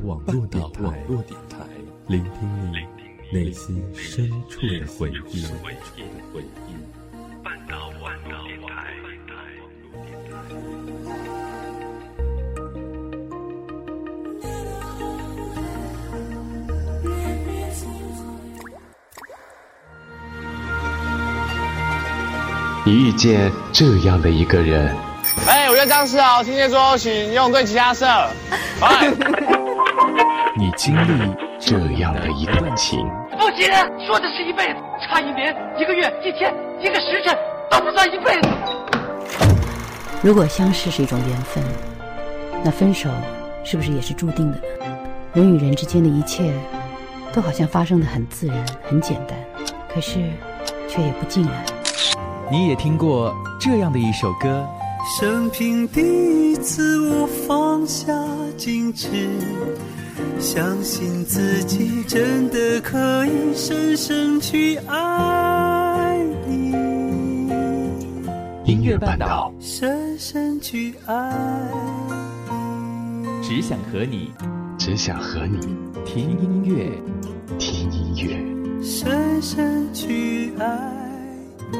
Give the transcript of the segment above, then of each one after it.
网络电台，聆听你内心深处的回忆。 半岛网络电台。 你遇见这样的一个人， 我叫张世豪，天蝎座请用对吉他社。 你经历这样的一段情， 不行，说的是一辈子，差1年、1个月、1天、1个时辰都不算一辈子。 如果相识是一种缘分，那分手是不是也是注定的呢？人与人之间的一切都好像发生得很自然很简单，可是却也不尽然。 你也听过这样的一首歌， 生平第一次我放下矜持，相信自己真的可以深深去爱你。 音乐半岛， 深深去爱你， 只想和你听音乐， 深深去爱你。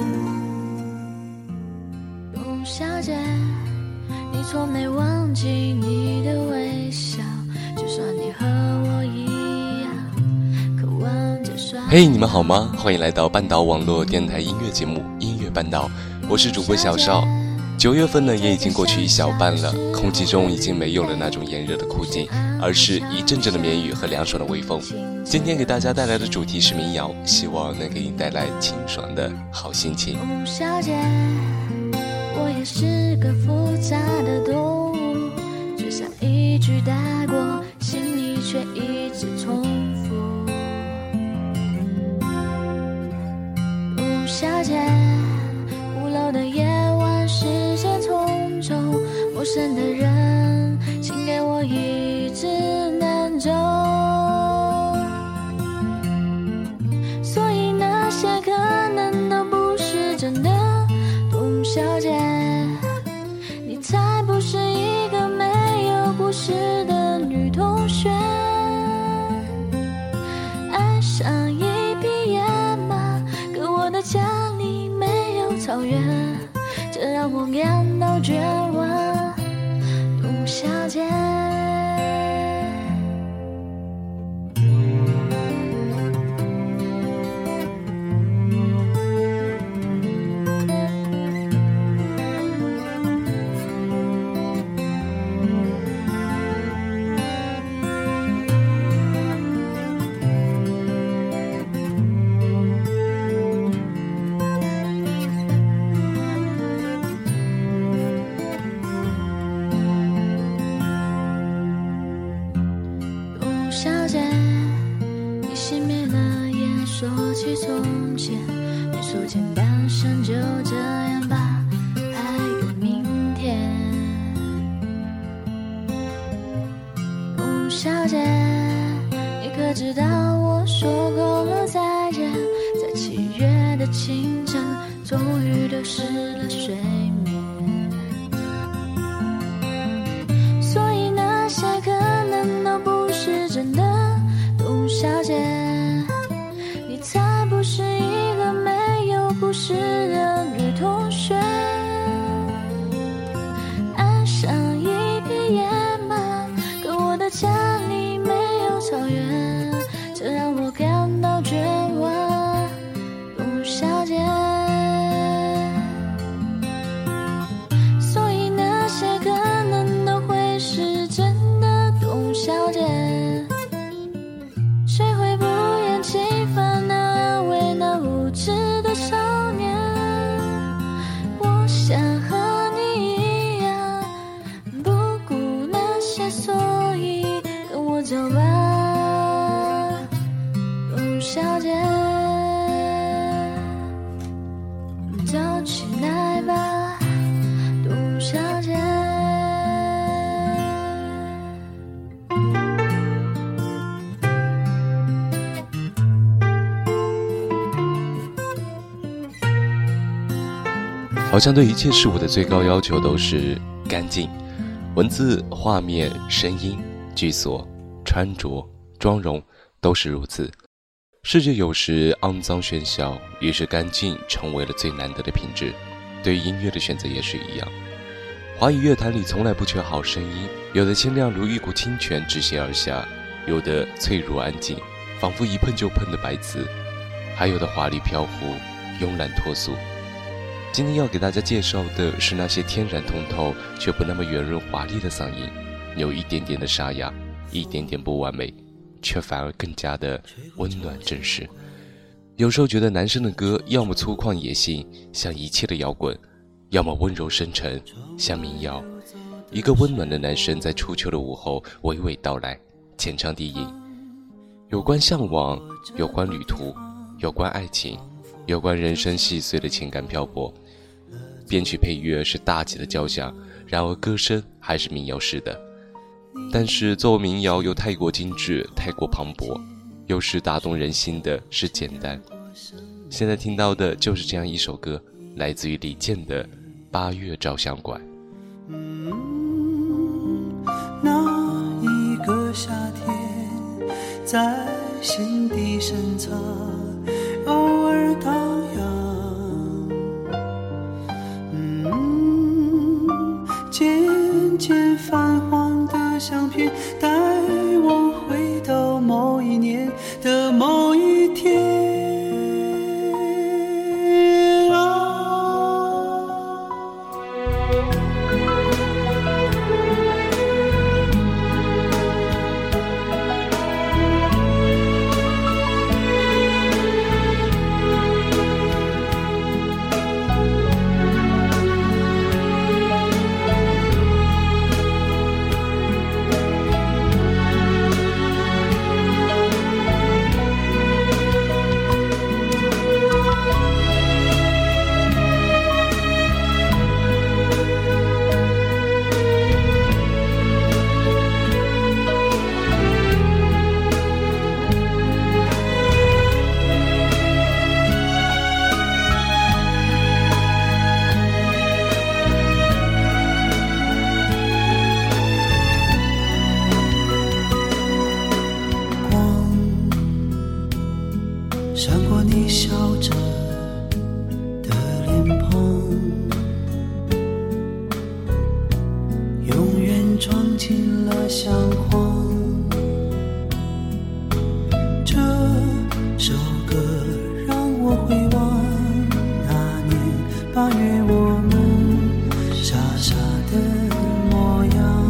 董小姐，你从没忘记你的微笑，就算你和我一样渴望着双。 嘿，你们好吗？欢迎来到半岛网络电台音乐节目《音乐半岛》，我是主播小邵。9月份呢，也已经过去一小半了，空气中已经没有了那种炎热的酷劲，而是一阵阵的绵雨和凉爽的微风。今天给大家带来的主题是民谣，希望能给你带来清爽的好心情。 董小姐，我也是个复杂的动物，就像一句带过，心里却一直重复。董小姐，五楼的夜晚时间匆匆，陌生的人请给我一指南针，所以那些可能都不是真的。董小姐，你才不是一个没有故事的女同学，爱上一匹野马，可我的家里没有草原，这让我感到绝望。董小姐，说起从前，你说前半生就这样吧，还有明天。董小姐，你可知道我说过了再见，在7月的清晨，终于流失了睡眠。所以那些可能都不是真的，董小姐，才不是一个没有故事的女同学，爱上一匹野马，可我的家里没有草原，这让我感到绝望。董小姐，所以那些可能都会是真的。董小姐，谁会不厌其烦地安慰那无知的少年？我想和你一样，不顾那些，所以跟我走吧，董小姐，走起来吧，董小姐。 好像对一切事物的最高要求都是干净，文字、画面、声音、句所穿着、妆容都是如此。世界有时肮脏喧嚣，于是干净成为了最难得的品质。对于音乐的选择也是一样。华语乐坛里从来不缺好声音，有的清亮如一股清泉直泻而下，有的脆弱安静，仿佛一碰就碰的白瓷，还有的华丽飘忽，慵懒脱俗。今天要给大家介绍的是那些天然通透却不那么圆润华丽的嗓音，有一点点的沙哑，一点点不完美，却反而更加的温暖真实。有时候觉得男生的歌要么粗犷野性，像一切的摇滚，要么温柔深沉，像民谣。一个温暖的男生在初秋的午后娓娓道来，浅唱低吟，有关向往，有关旅途，有关爱情，有关人生细碎的情感漂泊。编曲配乐是大气的交响，然而歌声还是民谣式的。但是作为民谣又太过精致，太过磅礴，有时打动人心的是简单。现在听到的就是这样一首歌，来自于李健的《八月照相馆》。 那一个夏天，在心底深藏，偶尔荡漾。渐渐泛黄的相片，带我回到某一年的某一天。闪过你笑着的脸庞，永远装进了相框。这首歌让我回望那年8月我们傻傻的模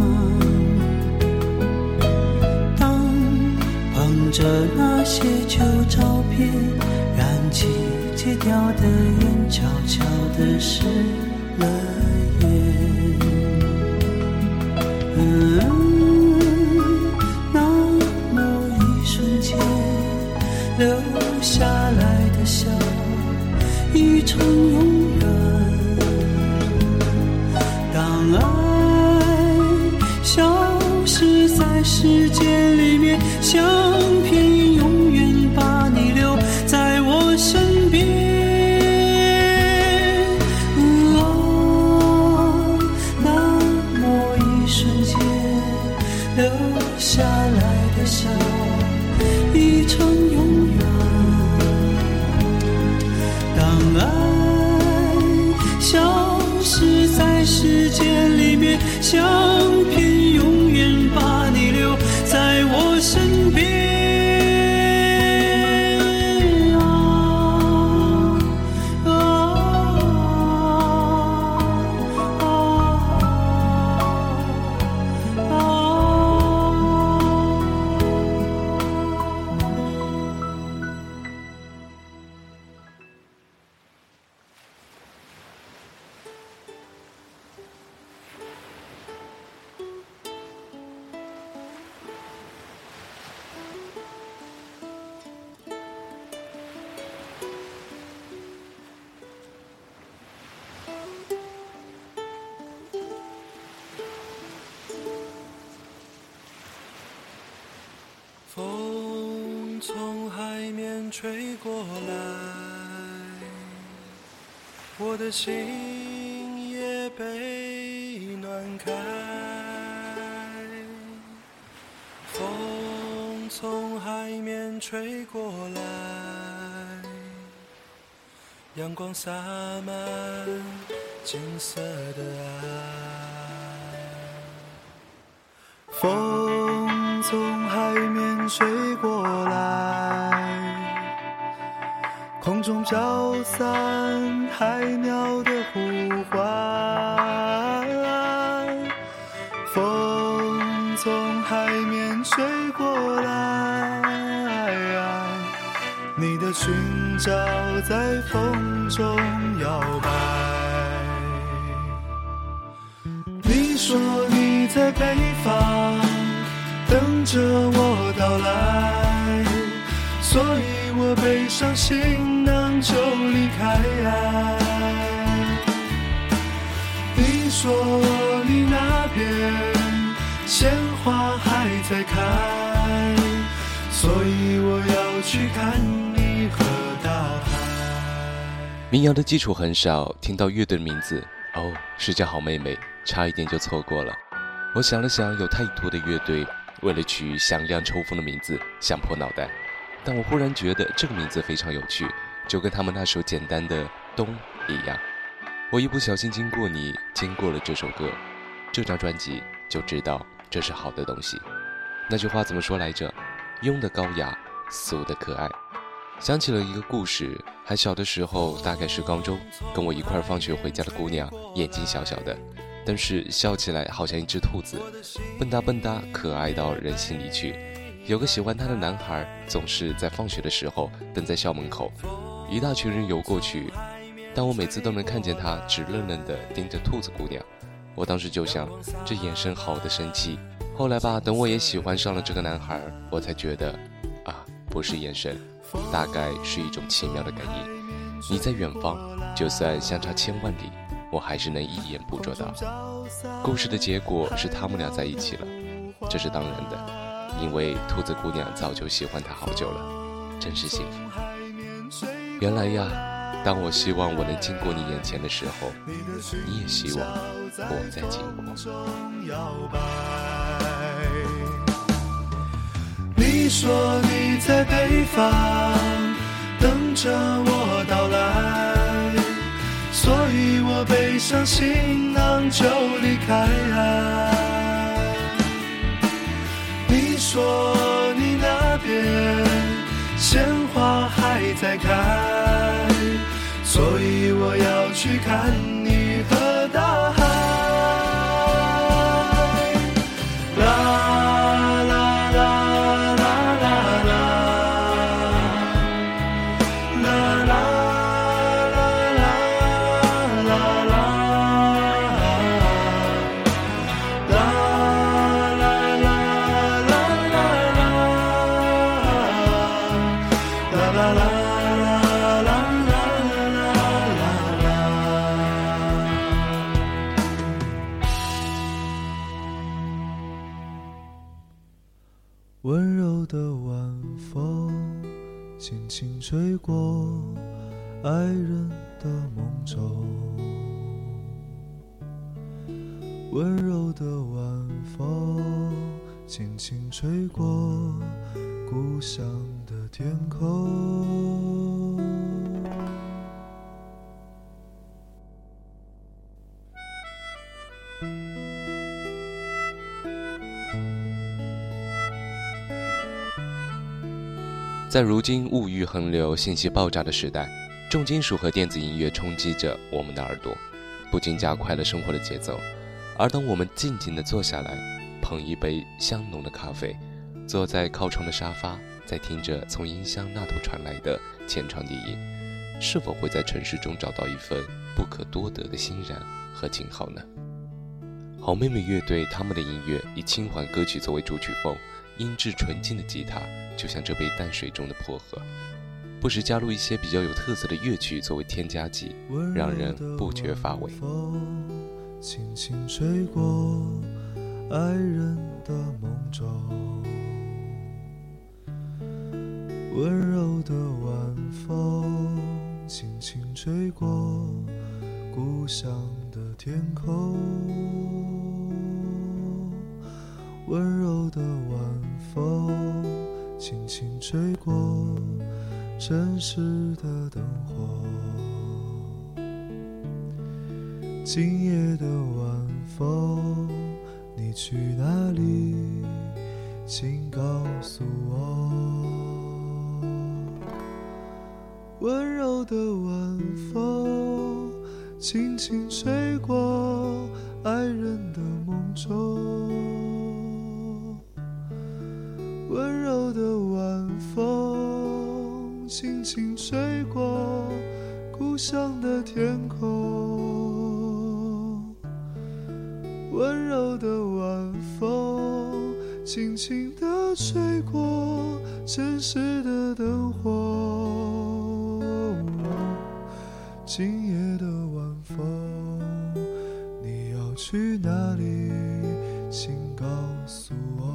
样。当捧着那些旧照片，燃起戒掉的烟，悄悄地失了烟。那么一瞬间留下来的笑，已成永远。当爱消失在时间里面，相片永远把你留在我身边。那么一瞬间留下来的笑，已成永远。当爱消失在时间里面，相片永远把你留在我身边。风从海面吹过来，我的心也被暖开。风从海面吹过来，阳光洒满金色的爱。风从海面吹过来，空中飘散海鸟的呼唤。风从海面吹过来，你的裙角在风中摇摆。你说你在北方等着我到来，所以我背上行囊就离开。你说你那边鲜花还在开，所以我要去看你和大海。 民谣的基础很少，听到乐队的名字，哦，是叫好妹妹，差一点就错过了。我想了想，有太多的乐队为了取响亮抽风的名字想破脑袋，但我忽然觉得这个名字非常有趣，就跟他们那首简单的冬一样。我一不小心经过你，经过了这首歌，这张专辑，就知道这是好的东西。那句话怎么说来着？庸的高雅，俗的可爱。想起了一个故事，还小的时候，大概是高中，跟我一块放学回家的姑娘，眼睛小小的，但是笑起来好像一只兔子，笨哒笨哒，可爱到人心里去。有个喜欢她的男孩，总是在放学的时候等在校门口，一大群人游过去，但我每次都能看见他直愣愣地盯着兔子姑娘。我当时就想，这眼神好的生气。后来吧，等我也喜欢上了这个男孩，我才觉得啊，不是眼神，大概是一种奇妙的感应。你在远方，就算相差千万里，我还是能一眼捕捉到。故事的结果是他们俩在一起了，这是当然的，因为兔子姑娘早就喜欢他好久了，真是幸福。原来呀，当我希望我能经过你眼前的时候，你也希望我在经过。 你说你在北方等着我到来，所以我背上行囊就离开。你说你那边鲜花还在开，所以我要去看你和大海。温柔的晚风轻轻吹过爱人的梦中，温柔的晚风轻轻吹过故乡的天空。 在如今物欲横流、信息爆炸的时代，重金属和电子音乐冲击着我们的耳朵，不仅加快了生活的节奏。而当我们静静地坐下来，捧一杯香浓的咖啡，坐在靠窗的沙发，在听着从音箱那头传来的浅唱低音，是否会在城市中找到一份不可多得的欣然和静好呢？好妹妹乐队他们的音乐以轻缓歌曲作为主曲风，音质纯净的吉他就像这杯淡水中的薄荷，不时加入一些比较有特色的乐曲作为添加剂，让人不觉乏味。 轻轻吹过爱人的梦中，温柔的晚风轻轻吹过故乡的天空，温柔的晚风轻轻吹过城市的灯火。今夜的晚风，你去哪里？请告诉我。温柔的晚风，轻轻吹过爱人的梦中。温柔的晚风，轻轻吹过故乡的天空。温柔的晚风，轻轻地吹过城市的灯火。今夜的晚风，你要去哪里？请告诉我。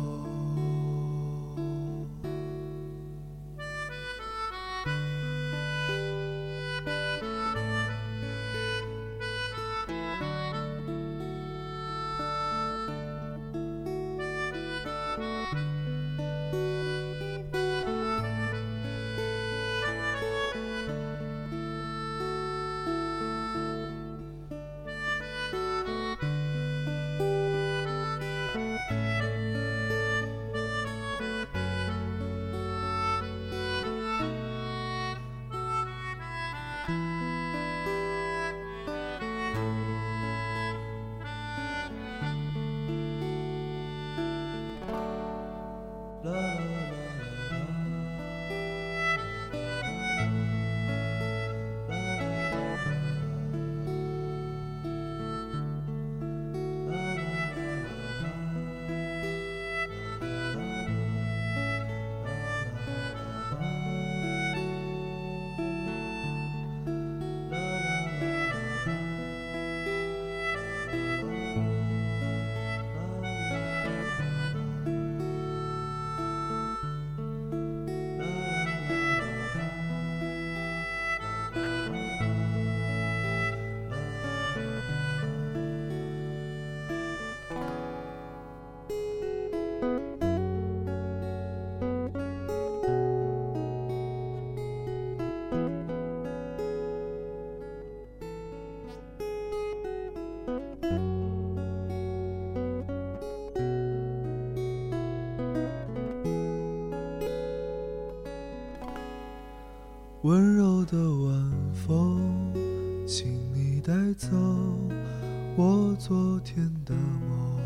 温柔的晚风，请你带走我昨天的梦。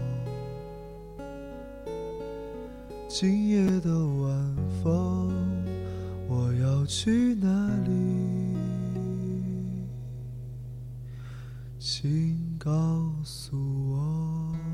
今夜的晚风，我要去哪里？请告诉我。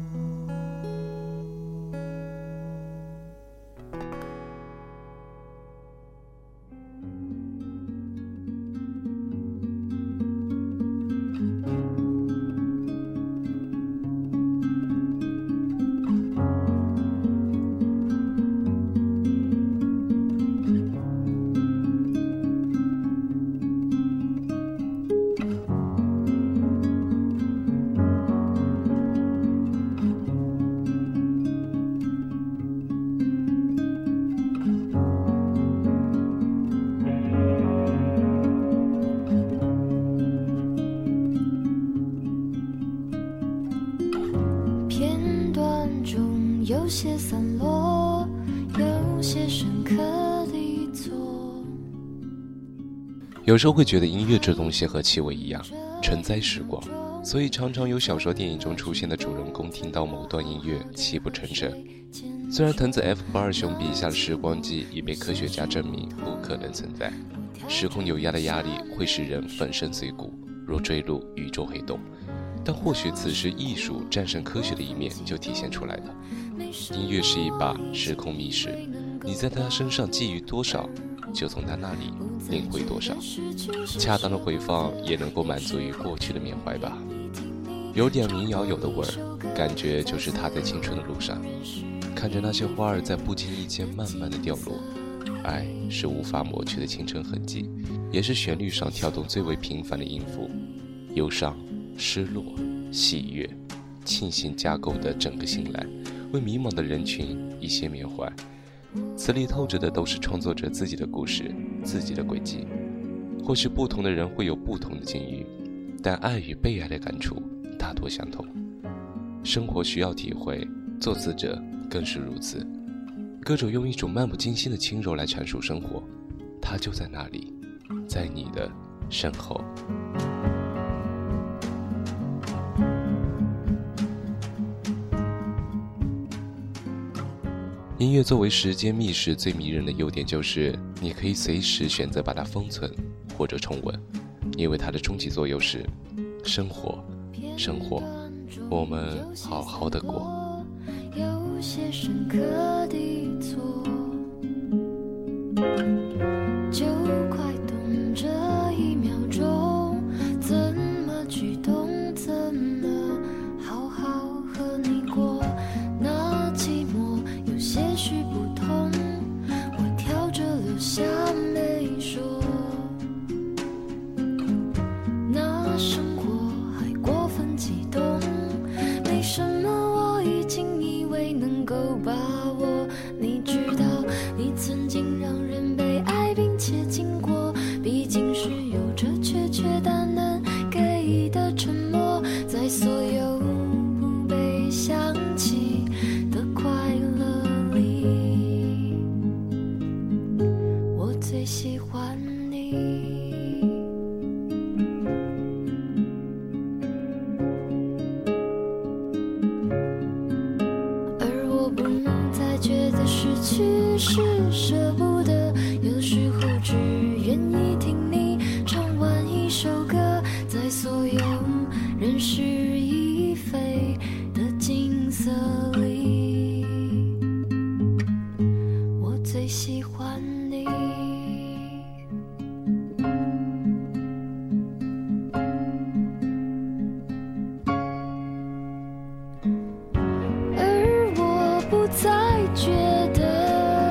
有些散落，有些深刻地错。 有时候会觉得音乐这东西和气味一样，承载时光，所以常常有小说、电影中出现的主人公听到某段音乐泣不成声。虽然藤子 F 不二雄笔下的时光机已被科学家证明不可能存在，时空有压的压力会使人粉身碎骨，若坠入宇宙黑洞。但或许此时艺术战胜科学的一面就体现出来了。音乐是一把时空密室，你在他身上寄予多少，就从他那里领会多少。恰当的回放也能够满足于过去的缅怀吧。有点民谣有的味儿，感觉就是他在青春的路上，看着那些花儿在不经意间慢慢的掉落。爱是无法抹去的青春痕迹，也是旋律上跳动最为平凡的音符。忧伤、失落、喜悦、庆幸架构的整个醒来，为迷茫的人群一些缅怀。 词里透着的都是创作者自己的故事，自己的轨迹。或许不同的人会有不同的境遇，但爱与被爱的感触大多相同。生活需要体会，作词者更是如此。歌手用一种漫不经心的轻柔来阐述生活，它就在那里，在你的身后。音乐作为时间密室最迷人的优点就是你可以随时选择把它封存或者重温，因为它的终极作用是生活，我们好好的过。 有些深刻的错，就快懂这一秒钟，怎么去动，怎么好好和你过。那寂寞有些许不同，我挑着留下没说。那生活还过分激动，没什么我已经以为能够把握。你知道你曾经让人被爱并且经过，毕竟是有着确但能给的沉默，在所有不被想起的快乐里，我最喜欢你。觉得失去是舍不得，有时候只愿意听你唱完一首歌，在所有人事已非的景色里，我最喜欢你。而我不再觉得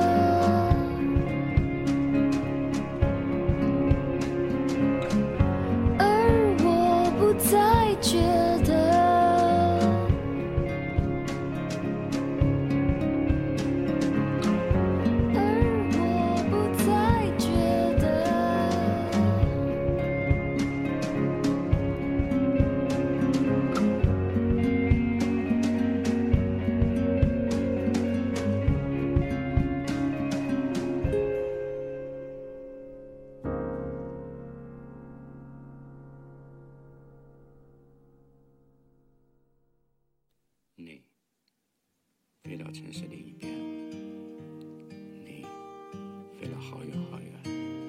你飞到城市另一边，你飞了好远好远，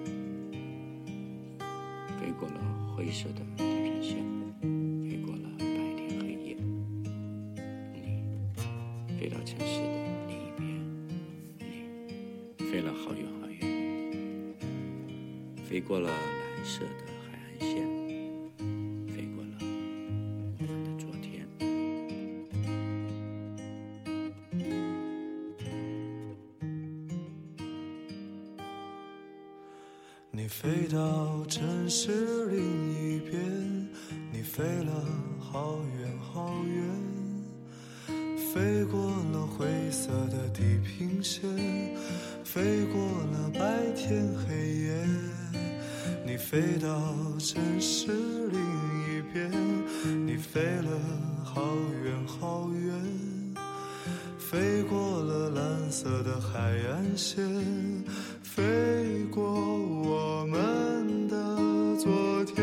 飞过了灰色的地平线，飞过了白天黑夜。你飞到城市的另一边，你飞了好远好远，飞过了蓝色的海岸线，飞过了我们的昨天。 你飞到城市另一边，你飞了好远好远，飞过了灰色的地平线，飞过了白天黑夜。你飞到城市另一边，你飞了好远好远，飞过了蓝色的海岸线，飞过我们的昨天。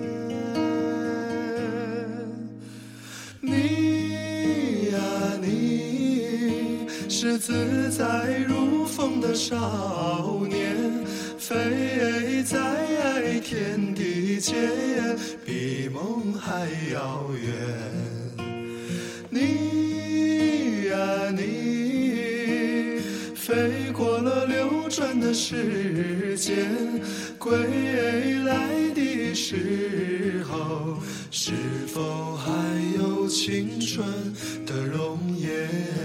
你呀你，是自在如风的少年，飞在天地间，比梦还遥远。你呀你，飞过了流转的时间，归来的时候，是否还有青春的容颜？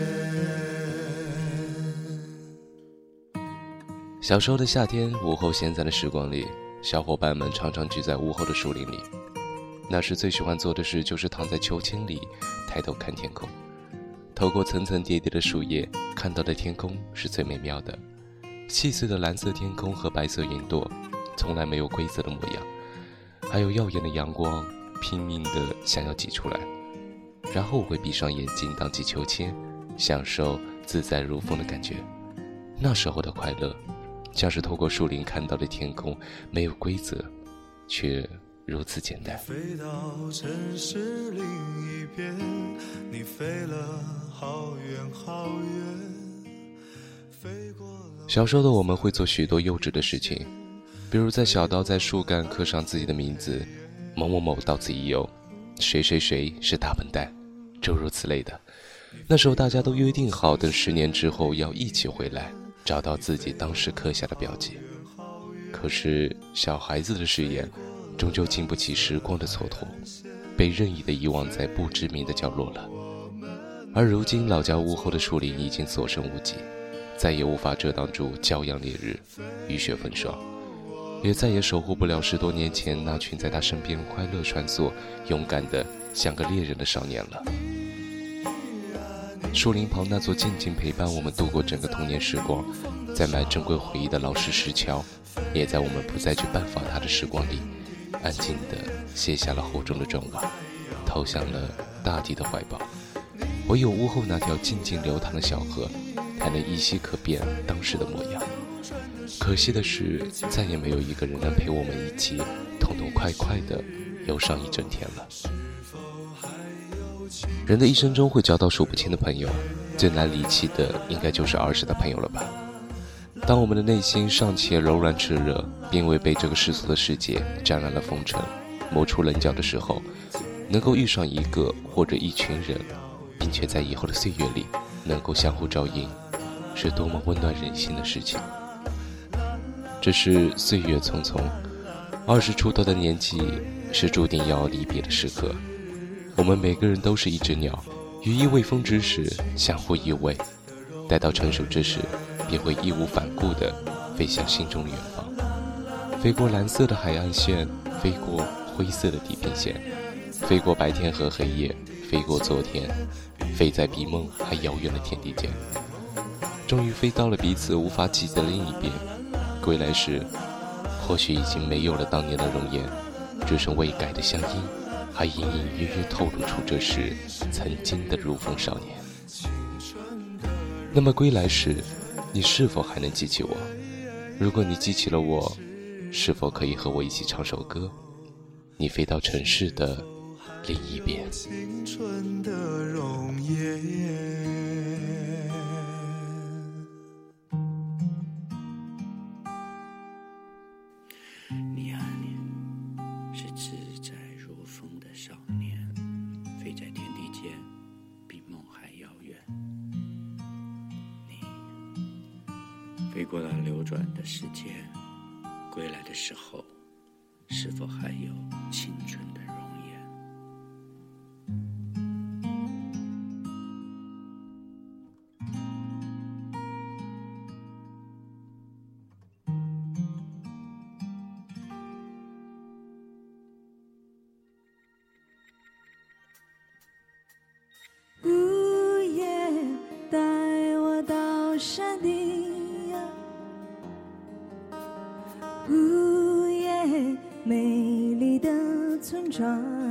小时候的夏天，午后闲散的时光里，小伙伴们常常聚在屋后的树林里。那时最喜欢做的事就是躺在秋千里，抬头看天空。 透过层层叠叠的树叶，看到的天空是最美妙的。细碎的蓝色天空和白色云朵，从来没有规则的模样，还有耀眼的阳光，拼命的想要挤出来。然后我会闭上眼睛荡起秋千，享受自在如风的感觉。那时候的快乐，像是透过树林看到的天空，没有规则，却如此简单。 飞到城市另一边，你飞了好远好远，飞过了。 小时候的我们会做许多幼稚的事情，比如在小刀在树干刻上自己的名字，某某某到此一游，谁谁谁是大笨蛋，诸如此类的。那时候大家都约定好，等10年之后要一起回来，找到自己当时刻下的标记。可是小孩子的誓言终究经不起时光的蹉跎，被任意的遗忘在不知名的角落了。而如今老家屋后的树林已经所剩无几，再也无法遮挡住骄阳烈日，雨雪风霜，也再也守护不了10多年前那群在他身边快乐穿梭、勇敢的像个猎人的少年了。树林旁那座静静陪伴我们度过整个童年时光，在埋珍贵回忆的老式石桥，也在我们不再去拜访它的时光里，安静地卸下了厚重的妆瓦，投向了大地的怀抱。唯有屋后那条静静流淌的小河，才能依稀可辨当时的模样。可惜的是，再也没有一个人能陪我们一起痛痛快快地游上一整天了。人的一生中会交到数不清的朋友，最难离弃的应该就是儿时的朋友了吧。当我们的内心尚且柔软炽热，并未被这个世俗的世界沾染了风尘，磨出棱角的时候，能够遇上一个或者一群人，并且在以后的岁月里能够相互照应，是多么温暖人心的事情。只是岁月匆匆，20出头的年纪是注定要离别的时刻。我们每个人都是一只鸟，羽翼未丰之时相互依偎，待到成熟之时，便会义无反顾地飞向心中的远方。飞过蓝色的海岸线，飞过灰色的地平线，飞过白天和黑夜，飞过昨天，飞在比梦还遥远的天地间。终于飞到了彼此无法企及的另一边，归来时，或许已经没有了当年的容颜，只剩未改的乡音，还隐隐约约透露出这是曾经的如风少年。那么归来时，你是否还能记起我？如果你记起了我，是否可以和我一起唱首歌？你飞到城市的另一边。 青春的容颜。 你啊你，是自在如风的少年，飞在天地间，比梦还遥远。你飞过了流转的时间，归来的时候，是否还有青春的容颜？ 午夜带我到山顶呀，午夜美丽的村庄，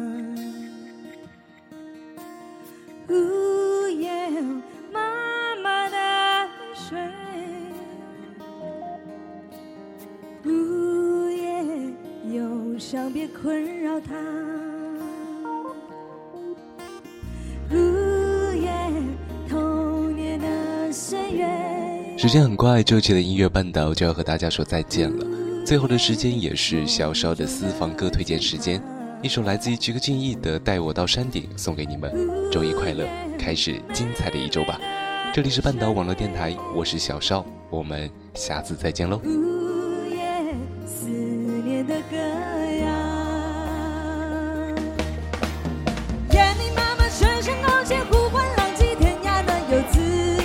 午夜妈妈的水，午夜忧伤别困扰她， 时间很快，这期的音乐半岛就要和大家说再见了。最后的时间也是小邵的私房歌推荐时间，一首来自于菊歌敬意的《带我到山顶》送给你们。周一快乐，开始精彩的一周吧。这里是半岛网络电台，我是小邵，我们下次再见喽。 午夜思念的歌谣，眼里慢慢深深勾起呼唤浪迹天涯的游子，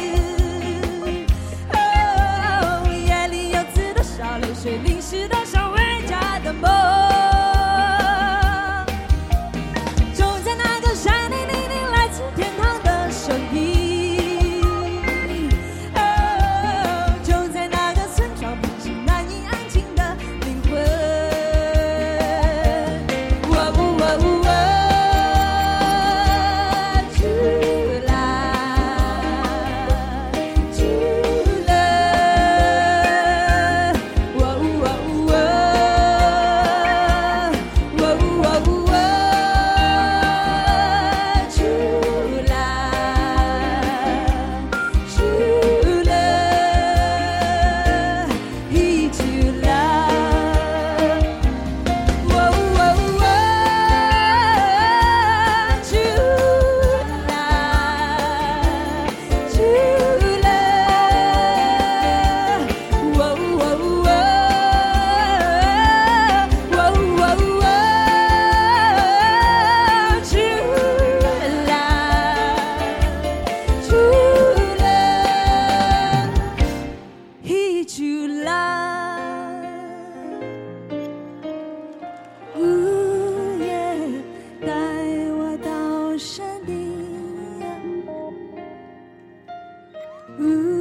夜里游子多少流水，淋湿多少回家的梦，种在那个山顶，听听来自天堂的声音。 呜